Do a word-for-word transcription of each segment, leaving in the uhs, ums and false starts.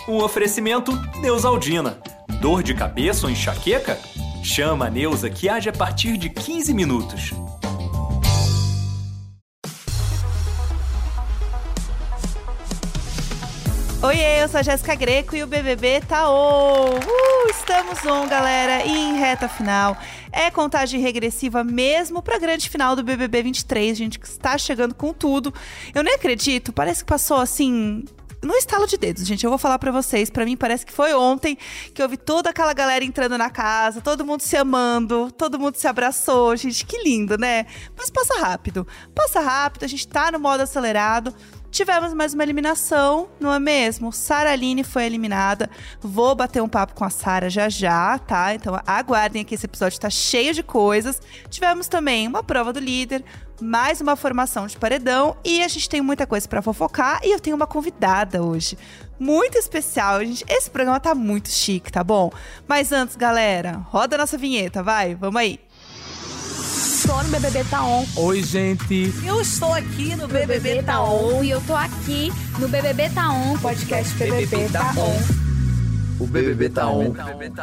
Um oferecimento Neusaldina. Dor de cabeça ou enxaqueca? Chama a Neusa que age a partir de quinze minutos. Oiê, eu sou a Jéssica Greco e o B B B tá on! Uh, estamos on, galera, e em reta final. É contagem regressiva mesmo pra grande final do B B B vinte e três, a gente está chegando com tudo. Eu nem acredito, parece que passou assim... no estalo de dedos, gente, eu vou falar pra vocês. Pra mim parece que foi ontem que eu vi toda aquela galera entrando na casa, todo mundo se amando, todo mundo se abraçou. Gente, que lindo, né? Mas passa rápido, passa rápido, a gente tá no modo acelerado. Tivemos mais uma eliminação, não é mesmo? Sara Aline foi eliminada. Vou bater um papo com a Sara já já, tá? Então aguardem que esse episódio tá cheio de coisas. Tivemos também uma prova do líder, mais uma formação de paredão e a gente tem muita coisa pra fofocar e eu tenho uma convidada hoje. Muito especial, gente. Esse programa tá muito chique, tá bom? Mas antes, galera, roda a nossa vinheta, vai, vamos aí. Estou no B B B Tá On. Oi, gente. Eu estou aqui no B B B Tá On. E eu tô aqui no B B B Tá On. Podcast B B B Tá On. O B B B Tá On.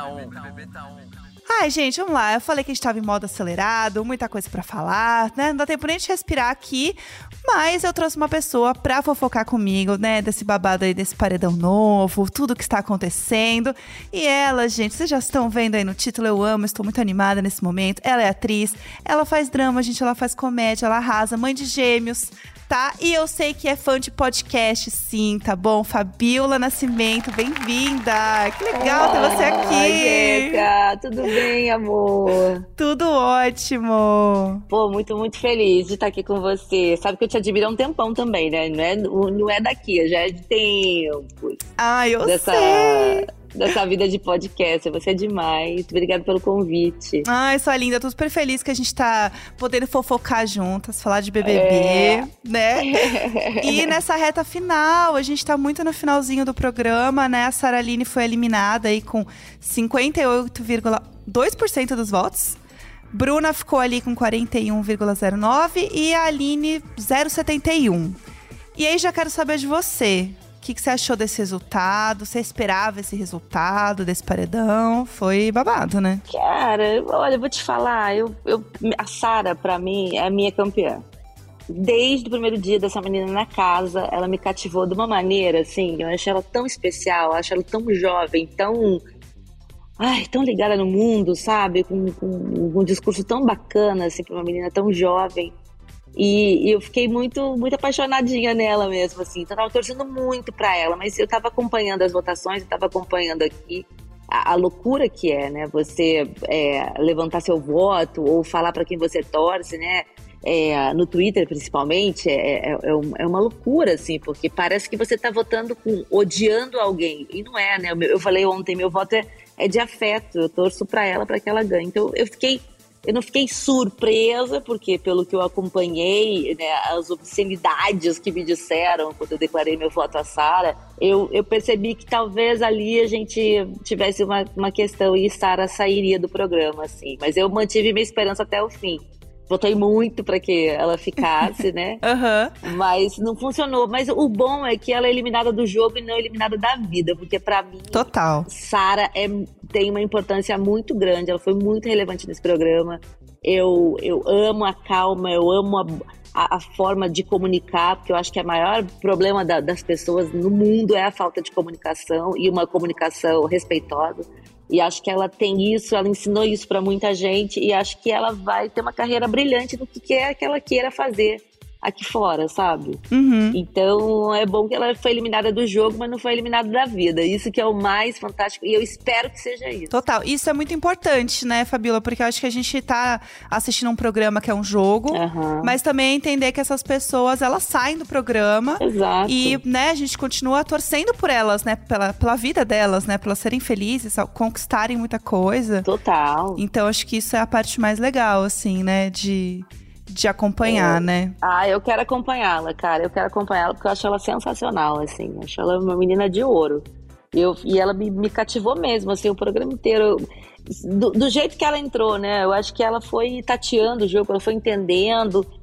Ai, gente, vamos lá. Eu falei que a gente tava em modo acelerado, muita coisa pra falar, né? Não dá tempo nem de respirar aqui. Mas eu trouxe uma pessoa pra fofocar comigo, né? Desse babado aí, desse paredão novo, tudo que está acontecendo. E ela, gente, vocês já estão vendo aí no título, eu amo, estou muito animada nesse momento. Ela é atriz, ela faz drama, gente, ela faz comédia, ela arrasa, mãe de gêmeos, tá? E eu sei que é fã de podcast, sim, tá bom? Fabiola Nascimento, bem-vinda! Que legal ter você aqui! Oi, Jéssica, tudo bem, amor? Tudo ótimo! Pô, muito, muito feliz de estar aqui com você. Sabe que eu te admiro há um tempão também, né? Não é, não é daqui, já é de tempos. Ah, eu dessa... sei! Dessa vida de podcast, você é demais. Obrigada pelo convite. Ai, sua linda, tô super feliz que a gente tá podendo fofocar juntas, falar de B B B, é. né? E nessa reta final, a gente tá muito no finalzinho do programa, né? A Sara Aline foi eliminada aí com cinquenta e oito vírgula dois por cento dos votos. Bruna ficou ali com quarenta e um vírgula zero nove por cento e a Aline zero vírgula setenta e um por cento. E aí já quero saber de você. O que, que você achou desse resultado? Você esperava esse resultado desse paredão? Foi babado, né? Cara, olha, eu vou te falar. Eu, eu, a Sara, pra mim, é a minha campeã. Desde o primeiro dia dessa menina na casa, ela me cativou de uma maneira, assim, eu acho ela tão especial, eu acho ela tão jovem, tão... Ai, tão ligada no mundo, sabe? Com, com, com um discurso tão bacana, assim, pra uma menina tão jovem. E, e eu fiquei muito, muito apaixonadinha nela mesmo, assim. Então eu tava torcendo muito pra ela, mas eu tava acompanhando as votações, eu tava acompanhando aqui a, a loucura que é, né? Você é, levantar seu voto ou falar pra quem você torce, né? É, no Twitter, principalmente, é, é, é uma loucura, assim, porque parece que você tá votando com, odiando alguém. E não é, né? Eu falei ontem, meu voto é, é de afeto, eu torço pra ela, pra que ela ganhe. Então eu fiquei... Eu não fiquei surpresa, porque pelo que eu acompanhei, né, as obscenidades que me disseram quando eu declarei meu voto a Sara, eu, eu percebi que talvez ali a gente tivesse uma, uma questão e Sara sairia do programa, assim. Mas eu mantive minha esperança até o fim. Votei muito para que ela ficasse, né? Uhum. Mas não funcionou. Mas o bom é que ela é eliminada do jogo e não eliminada da vida, porque para mim, total, Sara é, tem uma importância muito grande. Ela foi muito relevante nesse programa. Eu, eu amo a calma, eu amo a, a, a forma de comunicar, porque eu acho que o maior problema da, das pessoas no mundo é a falta de comunicação e uma comunicação respeitosa. E acho que ela tem isso, ela ensinou isso pra muita gente e acho que ela vai ter uma carreira brilhante no que quer que ela queira fazer aqui fora, sabe? Uhum. Então é bom que ela foi eliminada do jogo, mas não foi eliminada da vida. Isso que é o mais fantástico e eu espero que seja isso. Total, isso é muito importante, né, Fabiola? Porque eu acho que a gente tá assistindo um programa que é um jogo, uhum. mas também entender que essas pessoas, elas saem do programa. Exato. E, né, a gente continua torcendo por elas, né, pela, pela vida delas, né, pra elas serem felizes, conquistarem muita coisa. Total. Então acho que isso é a parte mais legal, assim, né, de... de acompanhar, é. né? Ah, eu quero acompanhá-la, cara. Eu quero acompanhá-la porque eu acho ela sensacional, assim. Eu acho ela uma menina de ouro. Eu, e ela me, me cativou mesmo, assim, o programa inteiro. Do, do jeito que ela entrou, né? Eu acho que ela foi tateando o jogo, ela foi entendendo.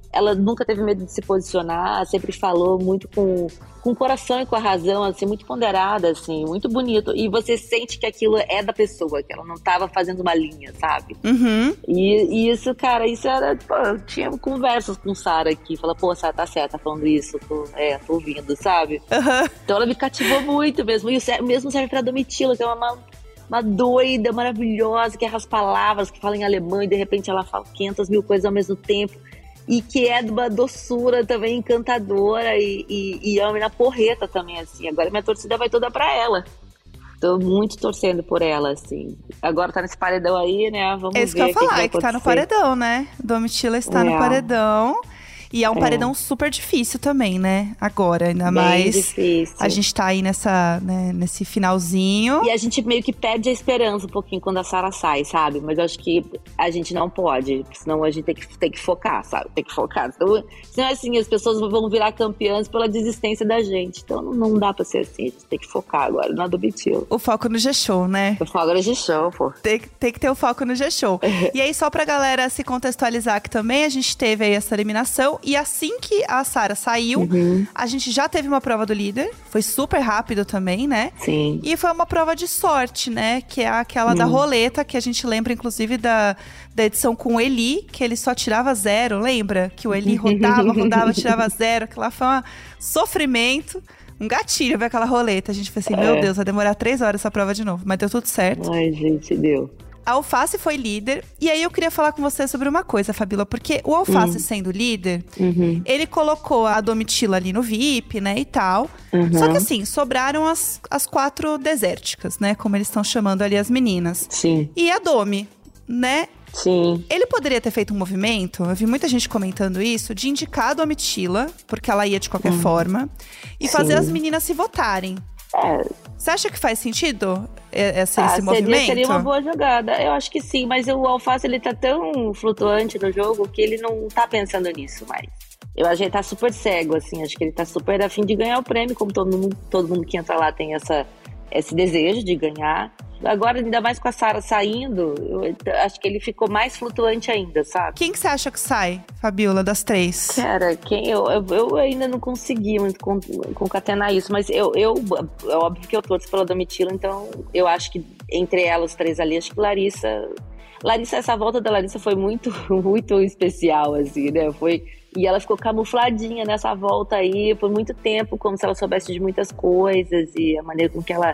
ela nunca teve medo de se posicionar, sempre falou muito com, com o coração e com a razão, assim, muito ponderada, assim, muito bonito. E você sente que aquilo é da pessoa, que ela não tava fazendo uma linha, sabe? Uhum. E, e isso, cara, isso era, pô, eu tinha conversas com Sara aqui, fala, pô, Sara, tá certa, tá falando isso, tô, é, tô ouvindo, sabe? Uhum. Então ela me cativou muito mesmo, e o mesmo serve pra Domitila, que é uma, uma doida maravilhosa, que erra as palavras, que fala em alemão, e de repente ela fala quinhentas mil coisas ao mesmo tempo, e que é de uma doçura também encantadora, e, e, e é uma menina porreta também, assim. Agora minha torcida vai toda pra ela. Tô muito torcendo por ela, assim. Agora tá nesse paredão aí, né? Vamos ver. É isso que eu ia falar, que, é que tá no paredão, né? Domitila está é. no paredão. E é um É. paredão super difícil também, né? Agora, ainda Bem mais. difícil. A gente tá aí nessa, né, nesse finalzinho. E a gente meio que perde a esperança um pouquinho quando a Sara sai, sabe? Mas eu acho que a gente não pode, senão a gente tem que, tem que focar, sabe? Tem que focar. Senão, senão assim, as pessoas vão virar campeãs pela desistência da gente. Então não dá pra ser assim, a gente tem que focar agora na Domitila. O foco no G-Show, né? Eu falo agora de show, pô. Tem, tem que ter o foco no G-Show. E aí, só pra galera se contextualizar aqui também, a gente teve aí essa eliminação. E assim que a Sara saiu, Uhum. a gente já teve uma prova do líder. Foi super rápido também, né? Sim. E foi uma prova de sorte, né? Que é aquela Hum. da roleta, que a gente lembra, inclusive, da, da edição com o Eli, que ele só tirava zero, lembra? Que o Eli rodava, rodava, tirava zero. Que lá foi um sofrimento. Um gatilho ver aquela roleta. A gente foi assim, É. meu Deus, vai demorar três horas essa prova de novo. Mas deu tudo certo. Ai, gente, deu. A Alface foi líder. E aí eu queria falar com você sobre uma coisa, Fabíola. Porque o Alface Hum. sendo líder, Uhum. ele colocou a Domitila ali no V I P, né, e tal. Uhum. Só que assim, sobraram as, as quatro desérticas, né? Como eles estão chamando ali as meninas. Sim, E a Domi, né? sim. Ele poderia ter feito um movimento, eu vi muita gente comentando isso, de indicar a Domitila, porque ela ia de qualquer forma, e fazer Sim. as meninas se votarem. É, Você acha que faz sentido é, esse, ah, esse seria, movimento? seria uma boa jogada. Eu acho que sim, mas o Alface, ele tá tão flutuante no jogo que ele não tá pensando nisso mais. Eu acho que ele tá super cego, assim. Acho que ele tá super a fim de ganhar o prêmio, como todo mundo, todo mundo que entra lá tem essa, esse desejo de ganhar. Agora, ainda mais com a Sara saindo, eu acho que ele ficou mais flutuante ainda, sabe? Quem que você acha que sai, Fabíola, das três? Cara, quem eu, eu, eu ainda não consegui muito con- concatenar isso, mas eu, eu, é óbvio que eu torço pela Domitila, então eu acho que entre elas três ali, acho que Larissa. Larissa, essa volta da Larissa foi muito, muito especial, assim, né? Foi. E ela ficou camufladinha nessa volta aí por muito tempo, como se ela soubesse de muitas coisas, e a maneira com que ela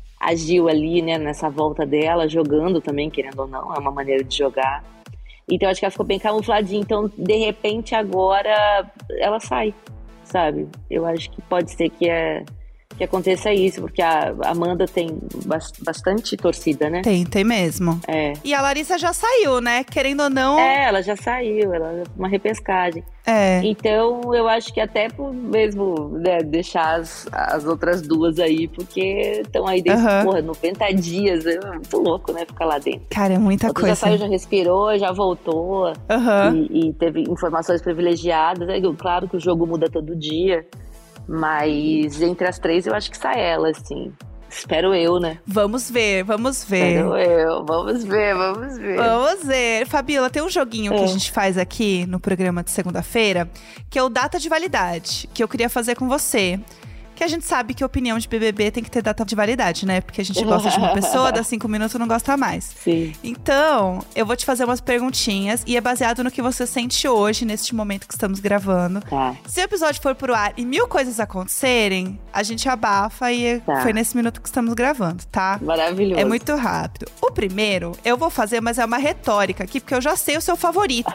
agiu ali, né, nessa volta dela, jogando também, querendo ou não, é uma maneira de jogar. Então, acho que ela ficou bem camufladinha. Então, de repente, agora ela sai, sabe? Eu acho que pode ser que, é, que aconteça isso, porque a Amanda tem bas- bastante torcida, né? Tem, tem mesmo. É. E a Larissa já saiu, né? Querendo ou não. É, ela já saiu, ela uma repescagem. É. Então, eu acho que até por mesmo, né, deixar as, as outras duas aí, porque estão aí dentro, Aham. porra, noventa dias, é muito louco, né, ficar lá dentro. Cara, é muita Outra coisa. já saiu, já respirou, já voltou, Aham. e, e teve informações privilegiadas. É, claro que o jogo muda todo dia, mas entre as três eu acho que sai ela, assim. Espero eu, né? Vamos ver, vamos ver. Espero eu. Vamos ver, vamos ver. Vamos ver. Fabíola, tem um joguinho que É. a gente faz aqui no programa de segunda-feira, que é o Data de Validade, que eu queria fazer com você. Que a gente sabe que opinião de B B B tem que ter data de validade, né? Porque a gente gosta de uma pessoa, dá cinco minutos e não gosta mais. Sim. Então, eu vou te fazer umas perguntinhas e é baseado no que você sente hoje, neste momento que estamos gravando. Tá. Se o episódio for pro ar e mil coisas acontecerem, a gente abafa e Tá. foi nesse minuto que estamos gravando, tá? Maravilhoso. É muito rápido. O primeiro, eu vou fazer, mas é uma retórica aqui, porque eu já sei o seu favorito.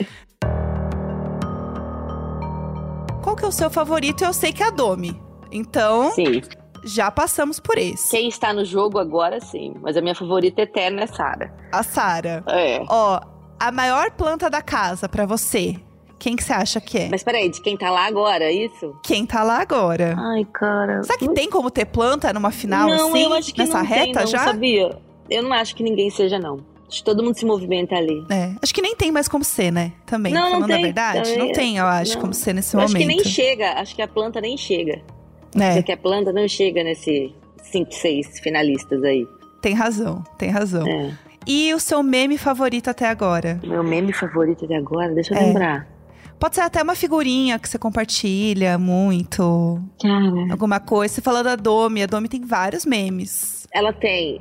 Qual que é o seu favorito? Eu sei que é a Domi. Então, Sim. já passamos por esse. Quem está no jogo agora, sim. Mas a minha favorita eterna é Sara. A Sara. É. Ó, a maior planta da casa pra você, quem que você acha que é? Mas peraí, de quem tá lá agora, é isso? Quem tá lá agora? Ai, cara. Será que tem como ter planta numa final, não, assim? eu acho que nessa não reta tem, não, já? sabia? Eu não acho que ninguém seja, não. Acho que todo mundo se movimenta ali. É, acho que nem tem mais como ser, né? Também, Não, não falando a tem. verdade. Também Não tem, eu acho, não. como ser nesse Eu momento. acho que nem chega, acho que a planta nem chega. É, Porque a planta não chega nesse cinco, seis finalistas aí. tem razão, tem razão. É. E o seu meme favorito até agora? Meu meme favorito de agora, deixa eu É. lembrar. Pode ser até uma figurinha que você compartilha muito. Cara. Alguma coisa. Você falou da Domi. A Domi tem vários memes. Ela tem.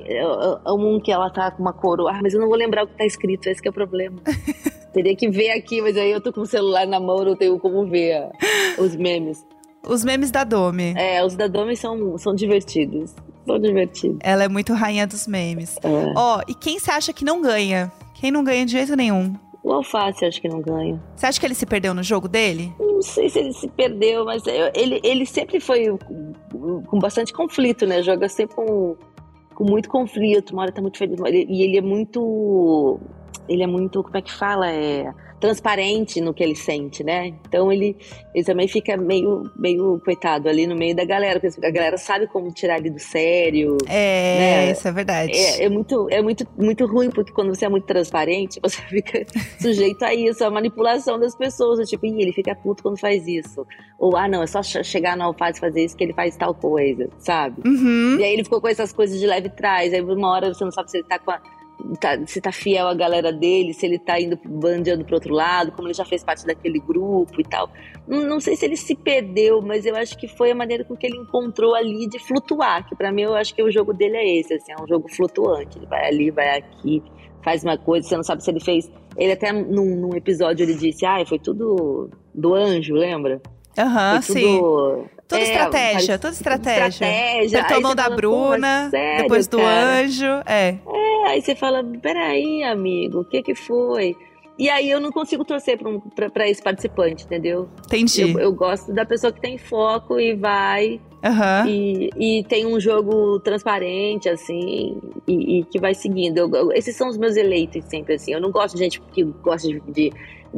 Um que ela tá com uma coroa. Ah, mas eu não vou lembrar o que tá escrito. Esse que é o problema. Teria que ver aqui, mas aí eu tô com o celular na mão, não tenho como ver os memes. Os memes da Domi. É, os da Domi são, são divertidos. São divertidos. Ela é muito rainha dos memes. É. Ó, e quem você acha que não ganha? Quem não ganha de jeito nenhum? O Alface acho que não ganha. Você acha que ele se perdeu no jogo dele? Não sei se ele se perdeu, mas ele, ele sempre foi com, com bastante conflito, né? Joga sempre com, com muito conflito. Uma hora tá muito feliz. E ele é muito... Ele é muito, como é que fala? É... transparente no que ele sente, né? Então ele, ele também fica meio, meio coitado ali no meio da galera, porque a galera sabe como tirar ele do sério. É, né? Isso é verdade. É, é, muito, é muito, muito ruim, porque quando você é muito transparente, você fica sujeito a isso, a manipulação das pessoas. Tipo, Ih, ele fica puto quando faz isso. Ou, ah, não, é só chegar no Alface e fazer isso que ele faz tal coisa, sabe? Uhum. E aí ele ficou com essas coisas de leve trás. Aí uma hora você não sabe se ele tá com a... Tá, se tá fiel à galera dele, se ele tá indo bandeando pro outro lado, como ele já fez parte daquele grupo e tal. Não, não sei se ele se perdeu, mas eu acho que foi a maneira com que ele encontrou ali de flutuar, que pra mim eu acho que o jogo dele é esse, assim, é um jogo flutuante. Ele vai ali, vai aqui, faz uma coisa, você não sabe se ele fez... Ele até num, num episódio ele disse, ah, foi tudo do anjo, lembra? Aham, uhum, sim. Toda é, estratégia, toda estratégia. estratégia. Apertou a mão da fala, Bruna, sério, depois do cara? anjo, é. É, aí você fala, peraí, amigo, o que que foi? E aí eu não consigo torcer pra, um, pra, pra esse participante, entendeu? Entendi. Eu, eu gosto da pessoa que tem foco e vai, uhum. e, e tem um jogo transparente, assim, e, e que vai seguindo. Eu, eu, esses são os meus eleitos sempre, assim. Eu não gosto de gente que gosta de... de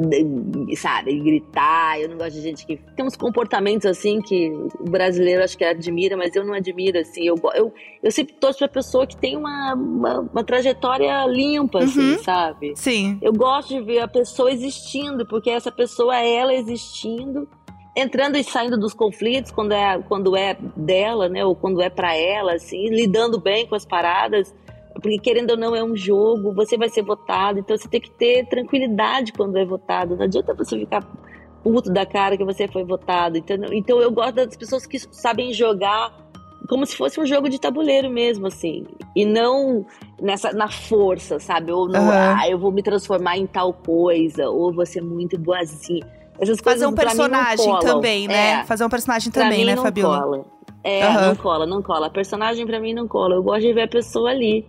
De, sabe, gritar. Eu não gosto de gente que tem uns comportamentos assim que o brasileiro acho que admira, mas eu não admiro, assim. Eu, eu, eu sempre torço pra pessoa que tem uma, uma, uma trajetória limpa, uhum. assim, sabe? Sim. Eu gosto de ver a pessoa existindo, porque essa pessoa é ela existindo, entrando e saindo dos conflitos quando é, quando é dela, né? Ou quando é pra ela, assim, lidando bem com as paradas. Porque, querendo ou não, é um jogo, você vai ser votado, então você tem que ter tranquilidade quando é votado. Não adianta você ficar puto da cara que você foi votado. Então, então eu gosto das pessoas que sabem jogar como se fosse um jogo de tabuleiro mesmo, assim. E não nessa, na força, sabe? Ou não, uhum. ah, eu vou me transformar em tal coisa, ou vou ser muito boazinha. Essas coisas, Fazer um personagem também, né? É. Fazer um personagem também, né, Fabiola? Cola. É, uhum. não cola, não cola. A personagem pra mim não cola. Eu gosto de ver a pessoa ali.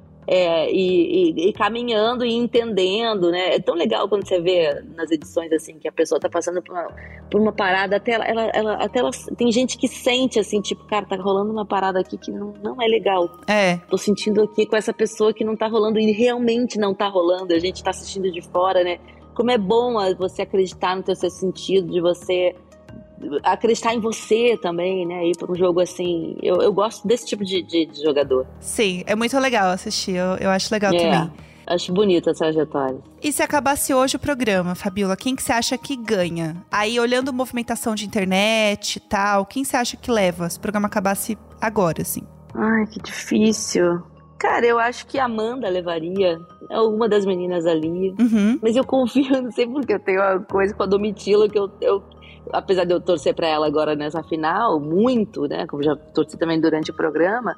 É, e, e, e caminhando e entendendo, né? É tão legal quando você vê nas edições assim que a pessoa tá passando por uma, por uma parada, até ela, ela, ela, até ela tem gente que sente assim, tipo, cara, tá rolando uma parada aqui que não, não é legal. É. Tô sentindo aqui com essa pessoa que não tá rolando e realmente não tá rolando, a gente tá assistindo de fora, né? Como é bom você acreditar no teu sentido, de você acreditar em você também, né? Ir para um jogo assim. Eu, eu gosto desse tipo de, de, de jogador. Sim, é muito legal assistir. Eu, eu acho legal é, também. Acho bonita essa trajetória. E se acabasse hoje o programa, Fabiola, quem que você acha que ganha? Aí, olhando movimentação de internet e tal, quem você acha que leva se o programa acabasse agora, assim? Ai, que difícil. Cara, eu acho que a Amanda levaria. É uma das meninas ali. Uhum. Mas eu confio, não sei porque eu tenho uma coisa com a Domitila que eu... eu apesar de eu torcer pra ela agora nessa final, muito, né? Como já torci também durante o programa,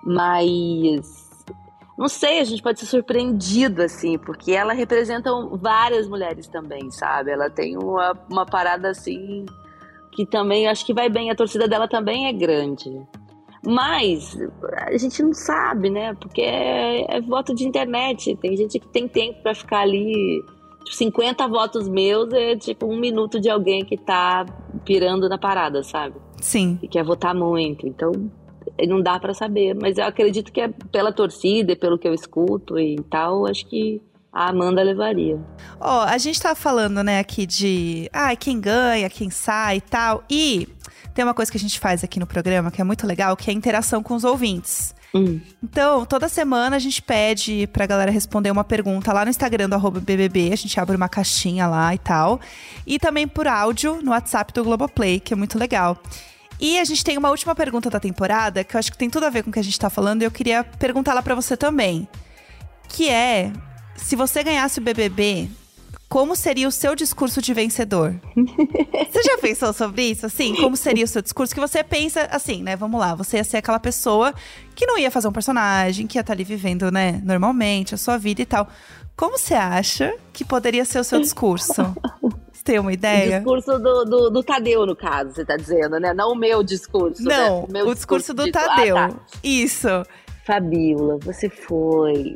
mas não sei, a gente pode ser surpreendido, assim, porque ela representa várias mulheres também, sabe? Ela tem uma, uma parada assim que também acho que vai bem, a torcida dela também é grande. Mas a gente não sabe, né? Porque é, é voto de internet, tem gente que tem tempo pra ficar ali. cinquenta votos meus é tipo um minuto de alguém que tá pirando na parada, sabe? Sim. E quer votar muito, então não dá pra saber. Mas eu acredito que é pela torcida e pelo que eu escuto e tal, acho que a Amanda levaria. Ó, oh, a gente tá falando, né, aqui de ah, quem ganha, quem sai e tal. E tem uma coisa que a gente faz aqui no programa que é muito legal, que é a interação com os ouvintes. Hum. Então, toda semana a gente pede pra galera responder uma pergunta lá no Instagram do arroba B B B. A gente abre uma caixinha lá e tal. E também por áudio no WhatsApp do Globoplay, que é muito legal. E a gente tem uma última pergunta da temporada, que eu acho que tem tudo a ver com o que a gente tá falando. E eu queria perguntar lá pra você também. Que é, se você ganhasse o B B B, como seria o seu discurso de vencedor? Você já pensou sobre isso, assim? Como seria o seu discurso? Que você pensa, assim, né? Vamos lá, você ia ser aquela pessoa que não ia fazer um personagem, que ia estar ali vivendo, né, normalmente, a sua vida e tal. Como você acha que poderia ser o seu discurso? Você tem uma ideia? O discurso do, do, do Tadeu, no caso, você tá dizendo, né? Não o meu discurso. Não, né? o, meu o discurso, discurso do de... Tadeu. Ah, tá. Isso. Fabíola, você foi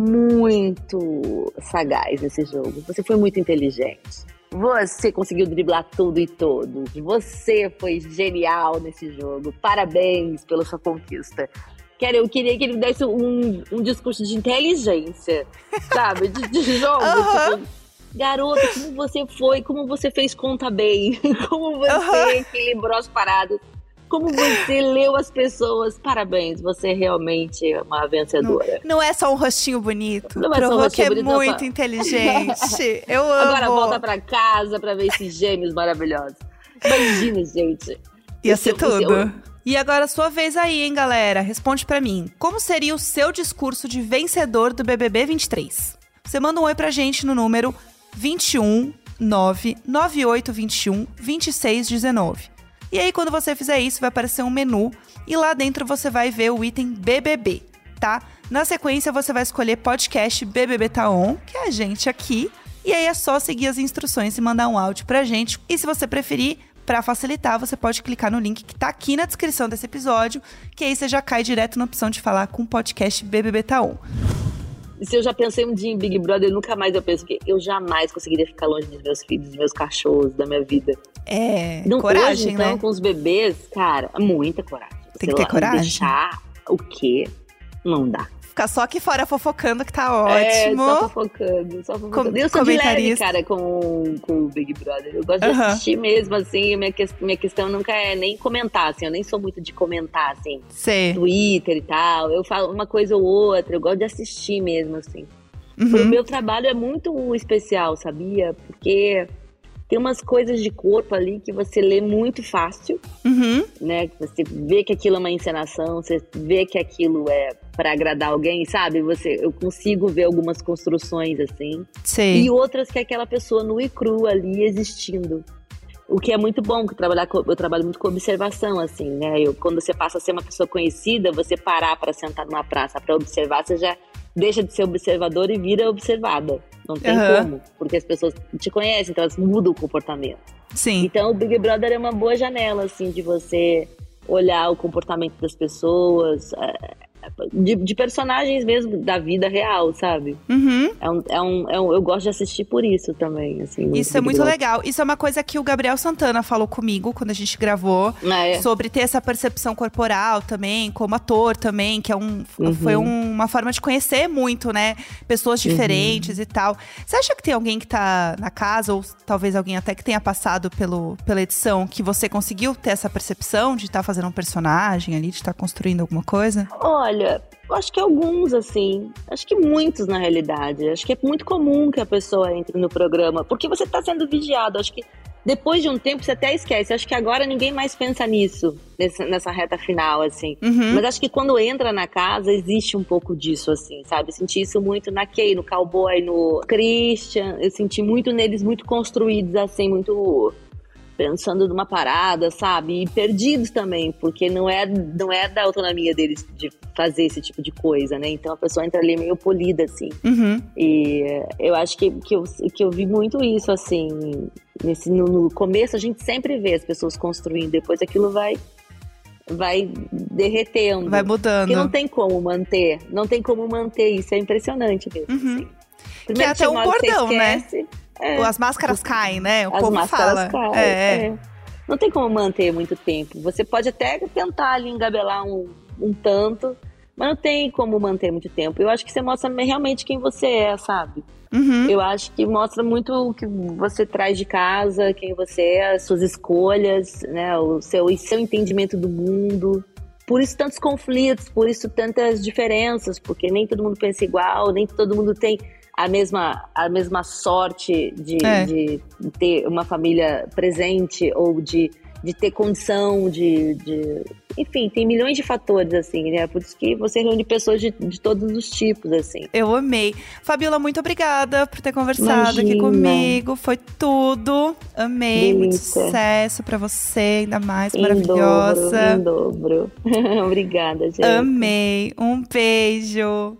muito sagaz nesse jogo. Você foi muito inteligente. Você conseguiu driblar tudo e todos. Você foi genial nesse jogo. Parabéns pela sua conquista. Cara, eu queria que ele desse um, um discurso de inteligência, sabe? De, de jogo. Uhum. Tipo, garota, como você foi, como você fez conta bem, como você uhum. equilibrou as paradas. Como você leu as pessoas. Parabéns, você realmente é uma vencedora. Não, não é só um rostinho bonito. Não é Provou só um rostinho que bonito, é muito inteligente. Eu amo. Agora volta pra casa pra ver esses gêmeos maravilhosos. Imagina, gente. Ia ser tudo. Eu... E agora, sua vez aí, hein, galera? Responde pra mim. Como seria o seu discurso de vencedor do B B B vinte e três? Você manda um oi pra gente no número vinte e um, nove nove oito vinte e um, vinte e seis dezenove. E aí, quando você fizer isso, vai aparecer um menu e lá dentro você vai ver o item B B B, tá? Na sequência, você vai escolher podcast B B B Tá On, que é a gente aqui. E aí é só seguir as instruções e mandar um áudio pra gente. E se você preferir, pra facilitar, você pode clicar no link que tá aqui na descrição desse episódio, que aí você já cai direto na opção de falar com o podcast B B B Tá On. E se eu já pensei um dia em Big Brother, nunca mais eu penso que eu jamais conseguiria ficar longe dos meus filhos, dos meus cachorros, da minha vida. É, não, coragem, hoje, então, né? com os bebês, cara, muita coragem. Tem que ter coragem. Deixar o quê? Não dá. Ficar só aqui fora fofocando, que tá ótimo. É, só fofocando, só fofocando. Com, eu sou de leve, cara, com, com o Big Brother. Eu gosto de uhum. assistir mesmo, assim. Minha, que, minha questão nunca é nem comentar, assim. Eu nem sou muito de comentar, assim. Sei. Twitter e tal. Eu falo uma coisa ou outra. Eu gosto de assistir mesmo, assim. Uhum. O meu trabalho é muito especial, sabia? Porque tem umas coisas de corpo ali que você lê muito fácil, uhum. né? Você vê que aquilo é uma encenação, você vê que aquilo é pra agradar alguém, sabe? Você, eu consigo ver algumas construções assim. Sei. E outras que é aquela pessoa nua e crua ali existindo. O que é muito bom, que trabalhar com, eu trabalho muito com observação, assim, né? Eu, quando você passa a ser uma pessoa conhecida, você parar pra sentar numa praça pra observar, você já deixa de ser observador e vira observada. Não tem uhum. como, porque as pessoas te conhecem, então elas mudam o comportamento. Sim. Então o Big Brother é uma boa janela, assim, de você olhar o comportamento das pessoas, de, de personagens mesmo da vida real, sabe? Uhum. É um, é um, é um, eu gosto de assistir por isso também, assim. Isso é muito Brother. legal. Isso é uma coisa que o Gabriel Santana falou comigo quando a gente gravou. Ah, é? Sobre ter essa percepção corporal também, como ator também, que é um, uhum. foi um, uma forma de conhecer muito, né? Pessoas diferentes uhum. e tal. Você acha que tem alguém que tá na casa, ou talvez alguém até que tenha passado pelo, pela edição, que você conseguiu ter essa percepção de estar tá fazendo um personagem ali, de estar tá construindo alguma coisa? Olha, eu acho que alguns, assim. Acho que muitos, na realidade. Acho que é muito comum que a pessoa entre no programa, porque você tá sendo vigiado. Acho que depois de um tempo você até esquece. Acho que agora ninguém mais pensa nisso, nessa, nessa reta final, assim. Uhum. Mas acho que quando entra na casa, existe um pouco disso, assim, sabe? Eu senti isso muito na Kay, no Cowboy, no Christian. Eu senti muito neles, muito construídos, assim, muito pensando numa parada, sabe? E perdidos também, porque não é, não é da autonomia deles de fazer esse tipo de coisa, né? Então a pessoa entra ali meio polida, assim. Uhum. E eu acho que, que, eu, que eu vi muito isso, assim. Nesse, no, no começo a gente sempre vê as pessoas construindo, depois aquilo vai, vai derretendo. Vai mudando. Porque não tem como manter, não tem como manter isso, é impressionante mesmo, uhum. assim. Primeiro, que é até um bordão, né? É, As máscaras caem, né? O as povo máscaras fala. Caem, é. é. Não tem como manter muito tempo. Você pode até tentar ali engabelar um, um tanto, mas não tem como manter muito tempo. Eu acho que você mostra realmente quem você é, sabe? Uhum. Eu acho que mostra muito o que você traz de casa, quem você é, as suas escolhas, né? O seu, o seu entendimento do mundo. Por isso tantos conflitos, por isso tantas diferenças, porque nem todo mundo pensa igual, nem todo mundo tem a mesma, a mesma sorte de, é. de ter uma família presente ou de de ter condição, de, de... Enfim, tem milhões de fatores, assim, né? Por isso que você reúne pessoas de, de todos os tipos, assim. Eu amei. Fabiola, muito obrigada por ter conversado Imagina. aqui comigo. Foi tudo. Amei. Muito Delícia. sucesso pra você, ainda mais. Em Maravilhosa. dobro, em dobro. Obrigada, gente. Amei. Um beijo.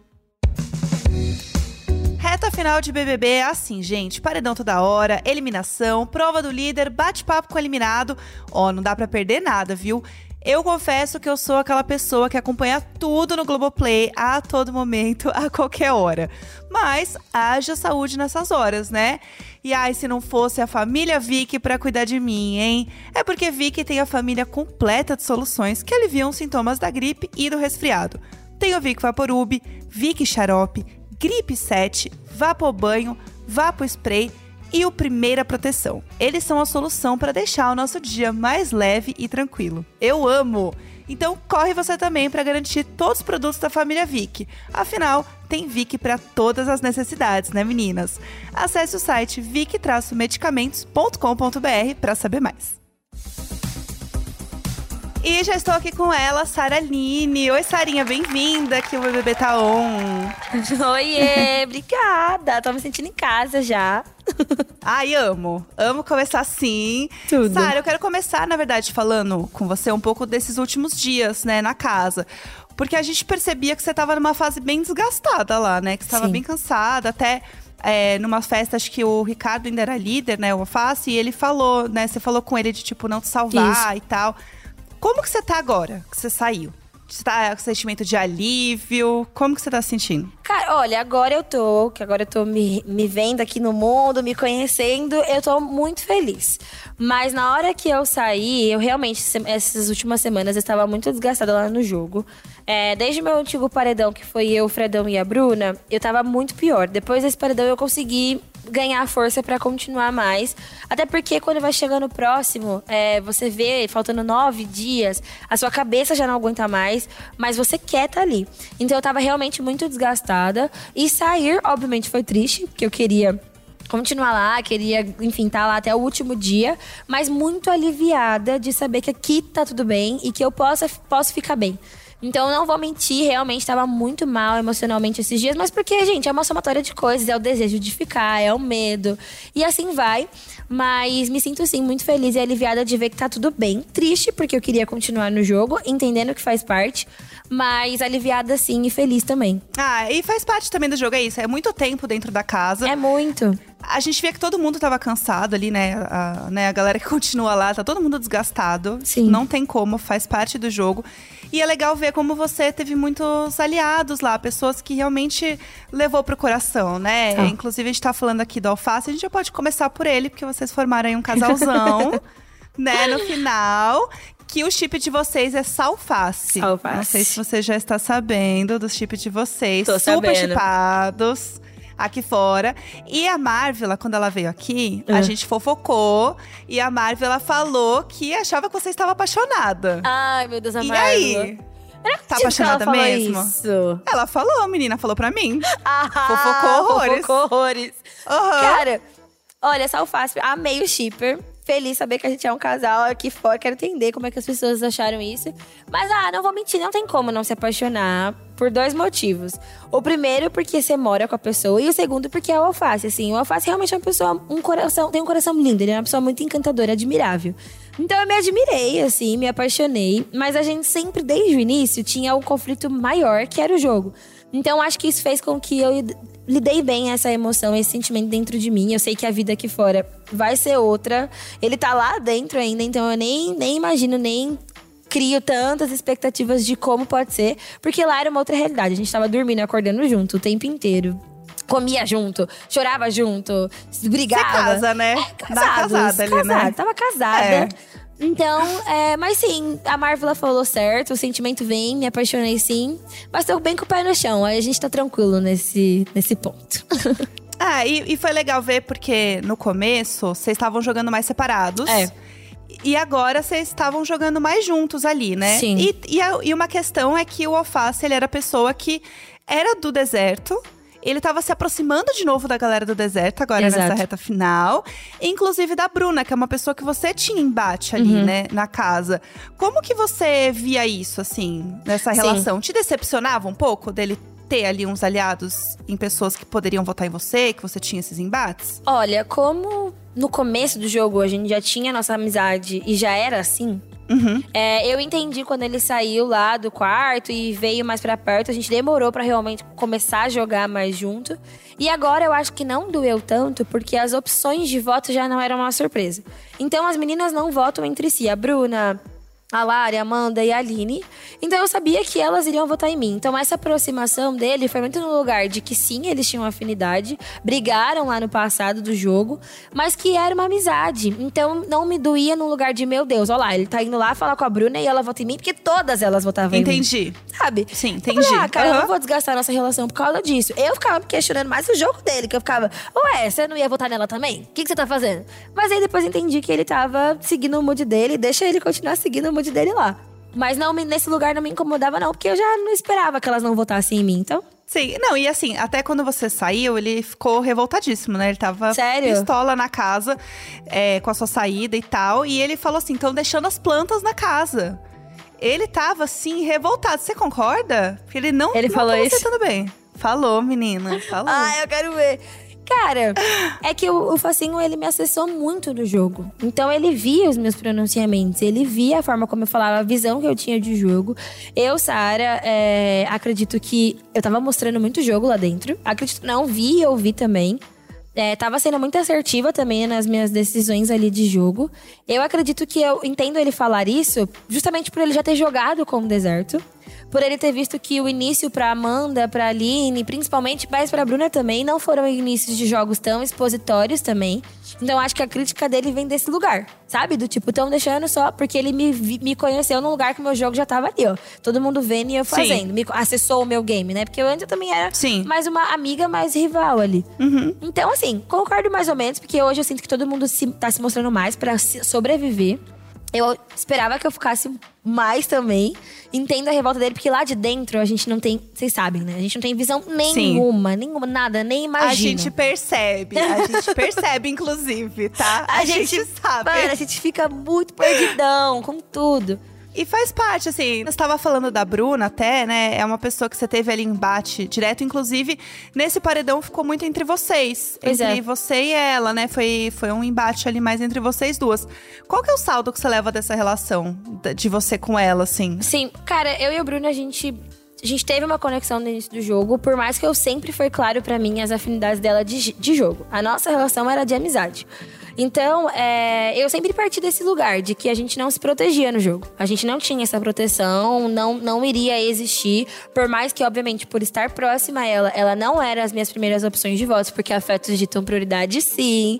Reta final de B B B é assim, gente. Paredão toda hora, eliminação, prova do líder, bate-papo com o eliminado. Ó, não dá pra perder nada, viu? Eu confesso que eu sou aquela pessoa que acompanha tudo no Globoplay a todo momento, a qualquer hora. Mas haja saúde nessas horas, né? E ai, se não fosse a família Vicky pra cuidar de mim, hein? É porque Vicky tem a família completa de soluções que aliviam os sintomas da gripe e do resfriado. Tem o Vicky Vaporub, Vicky Xarope, Gripe sete, Vapobanho, Vapo Spray e o Primeira Proteção. Eles são a solução para deixar o nosso dia mais leve e tranquilo. Eu amo! Então corre você também para garantir todos os produtos da família Vicky. Afinal, tem Vicky para todas as necessidades, né, meninas? Acesse o site vicky medicamentos ponto com ponto b r para saber mais. E já estou aqui com ela, Sara Aline. Oi, Sarinha, bem-vinda, que o B B B tá on. Oiê, obrigada. Tô me sentindo em casa já. Ai, amo. Amo começar assim. Tudo. Sara, eu quero começar, na verdade, falando com você um pouco desses últimos dias, né, na casa. Porque a gente percebia que você tava numa fase bem desgastada lá, né? Que você tava Sim. bem cansada, até… É, numa festa, acho que o Ricardo ainda era líder, né, o Alface, e ele falou, né, você falou com ele de, tipo, não te salvar e tal. Como que você tá agora, que você saiu? Você tá com sentimento de alívio? Como que você tá se sentindo? Cara, olha, agora eu tô, que agora eu tô me, me vendo aqui no mundo, me conhecendo, eu tô muito feliz. Mas na hora que eu saí, eu realmente, essas últimas semanas, eu estava muito desgastada lá no jogo. É, desde o meu antigo paredão, que foi eu, o Fredão e a Bruna, eu tava muito pior. Depois desse paredão, eu consegui ganhar força pra continuar mais. Até porque quando vai chegando o próximo, é, você vê, faltando nove dias, a sua cabeça já não aguenta mais, mas você quer tá ali. Então eu tava realmente muito desgastada. E sair, obviamente, foi triste, porque eu queria continuar lá, queria, enfim, tá lá até o último dia, mas muito aliviada de saber que aqui tá tudo bem e que eu possa, posso ficar bem. Então, não vou mentir, realmente estava muito mal emocionalmente esses dias. Mas porque, gente, é uma somatória de coisas. É o desejo de ficar, é o medo. E assim vai. Mas me sinto, sim, muito feliz e aliviada de ver que tá tudo bem. Triste, porque eu queria continuar no jogo, entendendo que faz parte. Mas aliviada, sim, e feliz também. Ah, e faz parte também do jogo, é isso. É muito tempo dentro da casa. É muito. A gente via que todo mundo tava cansado ali, né? A, né? a galera que continua lá, tá todo mundo desgastado. Sim. Não tem como, faz parte do jogo. E é legal ver como você teve muitos aliados lá, pessoas que realmente levou pro coração, né? Tá. Inclusive, a gente tá falando aqui do Alface, a gente já pode começar por ele, porque vocês formaram aí um casalzão, né? No final, que o chip de vocês é Salface. Salface. Não sei se você já está sabendo do chip de vocês. Tô Super sabendo. chipados aqui fora. E a Marvela, quando ela veio aqui, a Ah. gente fofocou. E a Marvela falou que achava que você estava apaixonada. Ai, meu Deus, a E Marvel. aí? Tá apaixonada ela falou mesmo? Isso. Ela falou, menina, falou pra mim. Ah, Fofocou horrores. Fofocou horrores. Aham. Cara, olha, essa alface, amei o shipper. Feliz saber que a gente é um casal aqui fora. Quero entender como é que as pessoas acharam isso. Mas, ah, não vou mentir, não tem como não se apaixonar por dois motivos. O primeiro, porque você mora com a pessoa. E o segundo, porque é o Alface, assim. O Alface realmente é uma pessoa, um coração, tem um coração lindo. Ele é uma pessoa muito encantadora, admirável. Então eu me admirei, assim, me apaixonei. Mas a gente sempre, desde o início, tinha um conflito maior, que era o jogo. Então acho que isso fez com que eu lidei bem essa emoção, esse sentimento dentro de mim. Eu sei que a vida aqui fora vai ser outra. Ele tá lá dentro ainda, então eu nem, nem imagino, nem crio tantas expectativas de como pode ser. Porque lá era uma outra realidade. A gente tava dormindo e acordando junto o tempo inteiro. Comia junto, chorava junto, brigava. Você casa, né? É, Dá casados, casada ali, casado, né? Tava casada. É. Então, é, mas sim, a Marvela falou certo, o sentimento vem, me apaixonei sim. Mas tô bem com o pé no chão, aí a gente tá tranquilo nesse, nesse ponto. Ah, e, e foi legal ver, porque no começo, vocês estavam jogando mais separados. É. E agora vocês estavam jogando mais juntos ali, né? Sim. E, e, a- e uma questão é que o Alface, ele era a pessoa que era do deserto. ele tava se aproximando de novo da galera do deserto, agora Exato. nessa reta final. Inclusive da Bruna, que é uma pessoa que você tinha embate ali, Uhum. né, na casa. Como que você via isso, assim, nessa Sim. relação? Te decepcionava um pouco dele ter ali uns aliados em pessoas que poderiam votar em você, que você tinha esses embates? Olha, como no começo do jogo a gente já tinha nossa amizade e já era assim… Uhum. É, eu entendi quando ele saiu lá do quarto e veio mais pra perto. A gente demorou pra realmente começar a jogar mais junto. E agora eu acho que não doeu tanto, porque as opções de voto já não eram uma surpresa. Então as meninas não votam entre si. A Bruna, a Lari, a Amanda e a Aline. Então eu sabia que elas iriam votar em mim. Então essa aproximação dele foi muito no lugar de que sim, eles tinham afinidade. Brigaram lá no passado do jogo. Mas que era uma amizade. Então não me doía no lugar de, meu Deus, olha lá, ele tá indo lá falar com a Bruna e ela vota em mim. Porque todas elas votavam em mim. Entendi. Sabe? Sim, Eu entendi. falei, ah, cara, eu Aham. não vou desgastar nossa relação por causa disso. Eu ficava me questionando mais o jogo dele, que eu ficava, ué, você não ia votar nela também? O que, que você tá fazendo? Mas aí depois eu entendi que ele tava seguindo o mood dele, deixa ele continuar seguindo o mood dele lá. Mas não, me- nesse lugar não me incomodava não, porque eu já não esperava que elas não votassem em mim, então… Sim, não, e assim, até quando você saiu, ele ficou revoltadíssimo, né? Ele tava Sério? pistola na casa, é, com a sua saída e tal. E ele falou assim, estão deixando as plantas na casa. Ele tava, assim, revoltado. Você concorda? Porque ele não, Ele não falou tava isso? aceitando bem. Falou, menina, falou. Ah, eu quero ver. Cara, é que o, o Facinho, ele me acessou muito no jogo. Então, ele via os meus pronunciamentos. Ele via a forma como eu falava, a visão que eu tinha de jogo. Eu, Sara, é, acredito que eu tava mostrando muito jogo lá dentro. Acredito que não, vi e ouvi também. É, tava sendo muito assertiva também nas minhas decisões ali de jogo. Eu acredito que eu entendo ele falar isso justamente por ele já ter jogado com o deserto. Por ele ter visto que o início pra Amanda, pra Aline, principalmente, mas pra Bruna também, não foram inícios de jogos tão expositórios também. Então acho que a crítica dele vem desse lugar, sabe? Do tipo, tão deixando só porque ele me, vi- me conheceu num lugar que o meu jogo já tava ali, ó. Todo mundo vendo e eu Sim. fazendo. Me acessou o meu game, né? Porque eu antes eu também era Sim. mais uma amiga, mais rival ali. Uhum. Então, assim, concordo mais ou menos, porque hoje eu sinto que todo mundo se, tá se mostrando mais pra se- sobreviver. Eu esperava que eu ficasse mais também. Entendo a revolta dele, porque lá de dentro a gente não tem… Vocês sabem, né? A gente não tem visão nenhuma, nenhuma, nada, nem imagina. A gente percebe, a gente percebe, inclusive, tá? A, gente, sabe. Mano, a gente fica muito perdidão com tudo. E faz parte, assim, você estava falando da Bruna até, né? É uma pessoa que você teve ali embate direto. Inclusive, nesse paredão ficou muito entre vocês. Pois entre é. você e ela, né? Foi, foi um embate ali mais entre vocês duas. Qual que é o saldo que você leva dessa relação? da- De você com ela, assim? Sim, cara, eu e o Bruno, a gente… A gente teve uma conexão no início do jogo, por mais que eu sempre foi claro pra mim as afinidades dela de, de jogo. A nossa relação era de amizade. Então, é, eu sempre parti desse lugar, de que a gente não se protegia no jogo. A gente não tinha essa proteção, não, não iria existir. Por mais que, obviamente, por estar próxima a ela, ela não era as minhas primeiras opções de votos, porque afetos ditam prioridade, sim.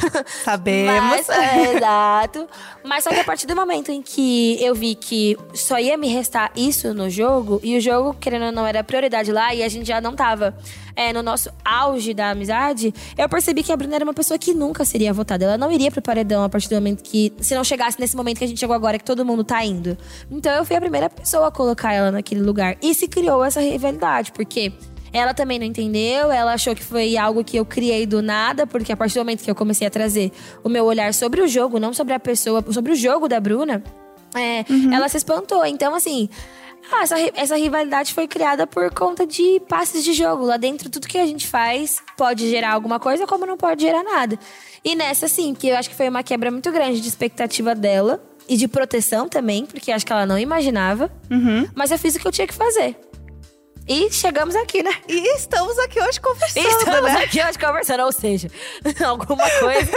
Sabemos. Mas, é, exato. Mas só que a partir do momento em que eu vi que só ia me restar isso no jogo, e o jogo, querendo ou não, era prioridade lá, e a gente já não tava é, no nosso auge da amizade, eu percebi que a Bruna era uma pessoa que nunca seria votada. Ela não iria pro paredão a partir do momento que… Se não chegasse nesse momento que a gente chegou agora, que todo mundo tá indo. Então eu fui a primeira pessoa a colocar ela naquele lugar. E se criou essa rivalidade, porque… Ela também não entendeu, ela achou que foi algo que eu criei do nada, porque a partir do momento que eu comecei a trazer o meu olhar sobre o jogo, não sobre a pessoa, sobre o jogo da Bruna, é, ela se espantou. Então, assim, ah, essa, ri- essa rivalidade foi criada por conta de passes de jogo. Lá dentro, tudo que a gente faz pode gerar alguma coisa, como não pode gerar nada. E nessa, sim, que eu acho que foi uma quebra muito grande de expectativa dela e de proteção também, porque acho que ela não imaginava. Uhum. Mas eu fiz o que eu tinha que fazer. E chegamos aqui, né? E estamos aqui hoje conversando, Estamos né? aqui hoje conversando, ou seja, alguma coisa.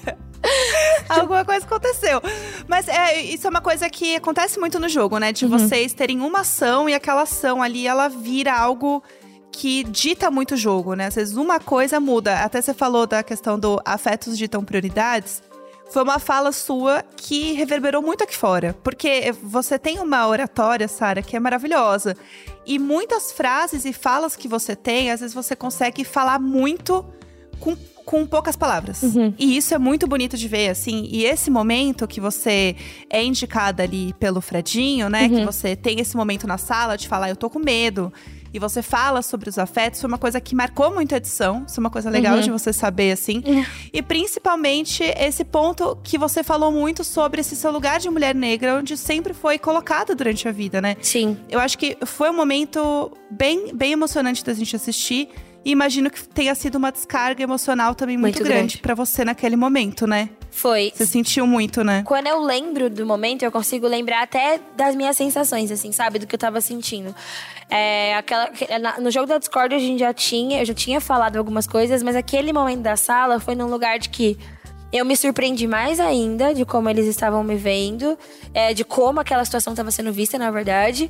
Alguma coisa aconteceu. Mas é, isso é uma coisa que acontece muito no jogo, né? De vocês terem uma ação e aquela ação ali, ela vira algo que dita muito o jogo, né? Às vezes uma coisa muda. Até você falou da questão do afetos ditam prioridades. Foi uma fala sua que reverberou muito aqui fora. Porque você tem uma oratória, Sara, que é maravilhosa. E muitas frases e falas que você tem, às vezes você consegue falar muito com, com poucas palavras. Uhum. E isso é muito bonito de ver, assim. E esse momento que você é indicada ali pelo Fredinho, né? Uhum. Que você tem esse momento na sala de falar, eu tô com medo. e você fala sobre os afetos, foi uma coisa que marcou muito a edição. Isso é uma coisa legal Uhum. de você saber, assim. Uhum. E principalmente esse ponto que você falou muito sobre esse seu lugar de mulher negra, onde sempre foi colocado durante a vida, né? Sim. Eu acho que foi um momento bem, bem emocionante da gente assistir. E imagino que tenha sido uma descarga emocional também muito, Muito grande, grande. pra você naquele momento, né? Foi. Você sentiu muito, né? Quando eu lembro do momento, eu consigo lembrar até das minhas sensações, assim, sabe? Do que eu tava sentindo. É, aquela, na- no jogo da Discord, a gente já tinha, eu já tinha falado algumas coisas, mas aquele momento da sala foi num lugar de que eu me surpreendi mais ainda de como eles estavam me vendo, é, de como aquela situação estava sendo vista, na verdade.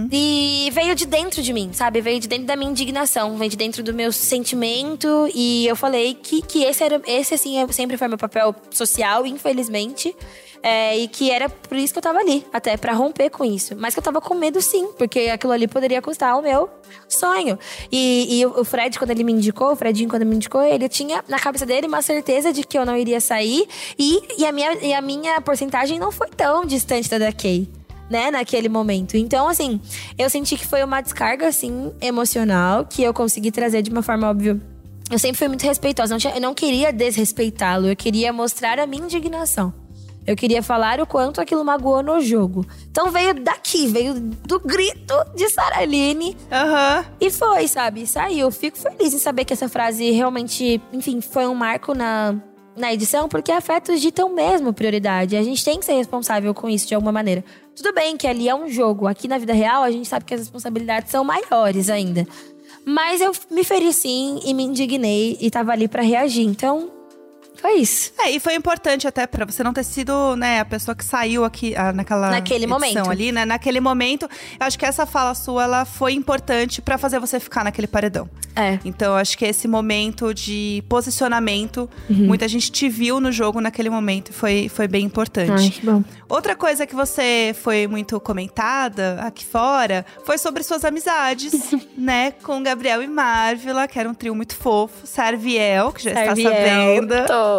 E veio de dentro de mim, sabe? Veio de dentro da minha indignação, veio de dentro do meu sentimento. E eu falei que, que esse, era, esse, assim, sempre foi meu papel social, infelizmente. É, e que era por isso que eu tava ali, até pra romper com isso. Mas que eu tava com medo sim, porque aquilo ali poderia custar o meu sonho. E, e o Fred, quando ele me indicou, o Fredinho, quando me indicou, ele tinha na cabeça dele uma certeza de que eu não iria sair. E, e, a, minha, e a minha porcentagem não foi tão distante da da Kay, né, naquele momento. Então, assim, eu senti que foi uma descarga, assim, emocional, que eu consegui trazer de uma forma óbvia. Eu sempre fui muito respeitosa, não tinha, eu não queria desrespeitá-lo, eu queria mostrar a minha indignação. Eu queria falar o quanto aquilo magoou no jogo. Então veio daqui, veio do grito de Saraline. Aham. E foi, sabe? Saiu. Fico feliz em saber que essa frase realmente, enfim, foi um marco na, na edição. Porque afetos ditam mesmo prioridade. A gente tem que ser responsável com isso de alguma maneira. Tudo bem que ali é um jogo. Aqui na vida real, a gente sabe que as responsabilidades são maiores ainda. Mas eu me feri sim e me indignei e tava ali pra reagir. Então, foi isso. É, e foi importante até pra você não ter sido, né, a pessoa que saiu aqui ah, naquela Naquele edição momento. ali, né? Naquele momento, eu acho que essa fala sua, ela foi importante pra fazer você ficar naquele paredão. É. Então, eu acho que esse momento de posicionamento, muita gente te viu no jogo naquele momento e foi, foi bem importante. Ai, que bom. Outra coisa que você foi muito comentada aqui fora foi sobre suas amizades, né? Com Gabriel e Marvila, que era um trio muito fofo. Sarviel, que já está sabendo. Tô.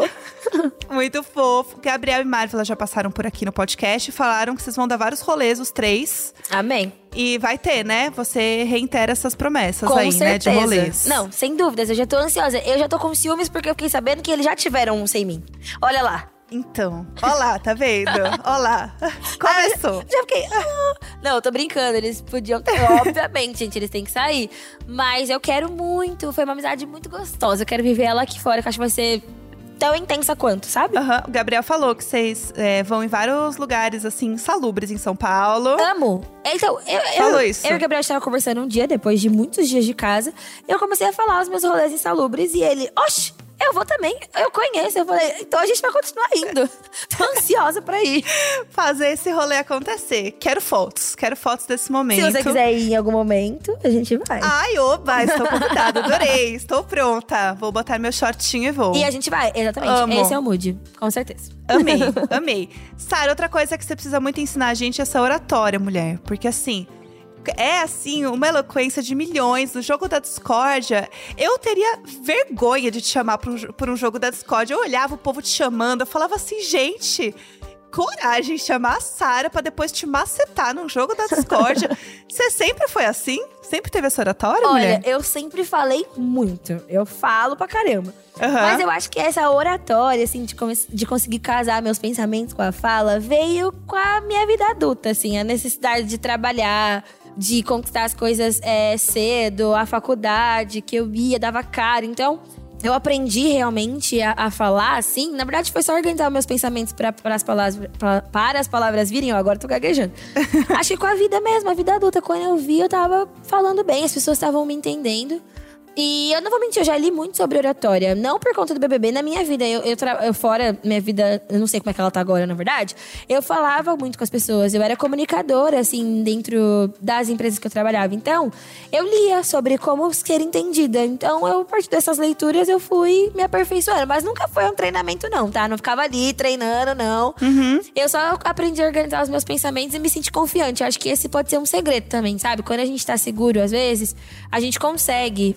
Muito fofo. Gabriel e Marvila já passaram por aqui no podcast e falaram que vocês vão dar vários rolês, os três. Amém. E vai ter, né? Você reitera essas promessas Com aí, certeza. né? De rolês. Não, sem dúvidas. Eu já tô ansiosa. Eu já tô com ciúmes porque eu fiquei sabendo que eles já tiveram um sem mim. Olha lá. Então, ó lá, tá vendo? Ó lá. Começou. Já fiquei… ah. Não, eu tô brincando. Eles podiam ter… Obviamente, gente, eles têm que sair. Mas eu quero muito. Foi uma amizade muito gostosa. Eu quero viver ela aqui fora, que eu acho que vai ser tão intensa quanto, sabe? Aham. O Gabriel falou que vocês é, vão em vários lugares, assim, salubres em São Paulo. Amo. Então, eu, Falou eu, isso. eu e o Gabriel estava conversando um dia, depois de muitos dias de casa. Eu comecei a falar os meus rolês insalubres. E ele, oxe, eu vou também. Eu conheço. Eu falei, então a gente vai continuar indo. Tô ansiosa pra ir. Fazer esse rolê acontecer. Quero fotos. Quero fotos desse momento. Se você quiser ir em algum momento, a gente vai. Ai, oba, estou convidada. Adorei. Estou pronta. Vou botar meu shortinho e vou. E a gente vai, exatamente. Amo. Esse é o mood, com certeza. Amei, amei. Sara, outra coisa que você precisa muito ensinar a gente é essa oratória, mulher. Porque assim… É, assim, uma eloquência de milhões. No jogo da discórdia, eu teria vergonha de te chamar pra um, pra um jogo da discórdia. Eu olhava o povo te chamando, eu falava assim, gente… Coragem de chamar a Sara pra depois te macetar num jogo da discórdia. Você sempre foi assim? Sempre teve essa oratória, Olha, mulher? eu sempre falei muito. Eu falo pra caramba. Aham. Mas eu acho que essa oratória, assim, de, come- de conseguir casar meus pensamentos com a fala, veio com a minha vida adulta, assim. A necessidade de trabalhar, de conquistar as coisas é, cedo, a faculdade, que eu ia, dava cara. Então, eu aprendi realmente a, a falar, assim. Na verdade, foi só organizar meus pensamentos pra, pra as palavras, pra, para as palavras virem. Ó, agora eu tô gaguejando. Acho que com a vida mesmo, a vida adulta. Quando eu vi, eu tava falando bem. As pessoas estavam me entendendo. E eu não vou mentir, eu já li muito sobre oratória. Não por conta do B B B, na minha vida. Eu, eu, tra- eu fora, minha vida, eu não sei como é que ela tá agora, na verdade. Eu falava muito com as pessoas. Eu era comunicadora, assim, dentro das empresas que eu trabalhava. Então, eu lia sobre como ser entendida. Então, eu, a partir dessas leituras, eu fui me aperfeiçoando. Mas nunca foi um treinamento, não, tá? Não ficava ali treinando, não. Eu só aprendi a organizar os meus pensamentos e me sentir confiante. Eu acho que esse pode ser um segredo também, sabe? Quando a gente tá seguro, às vezes, a gente consegue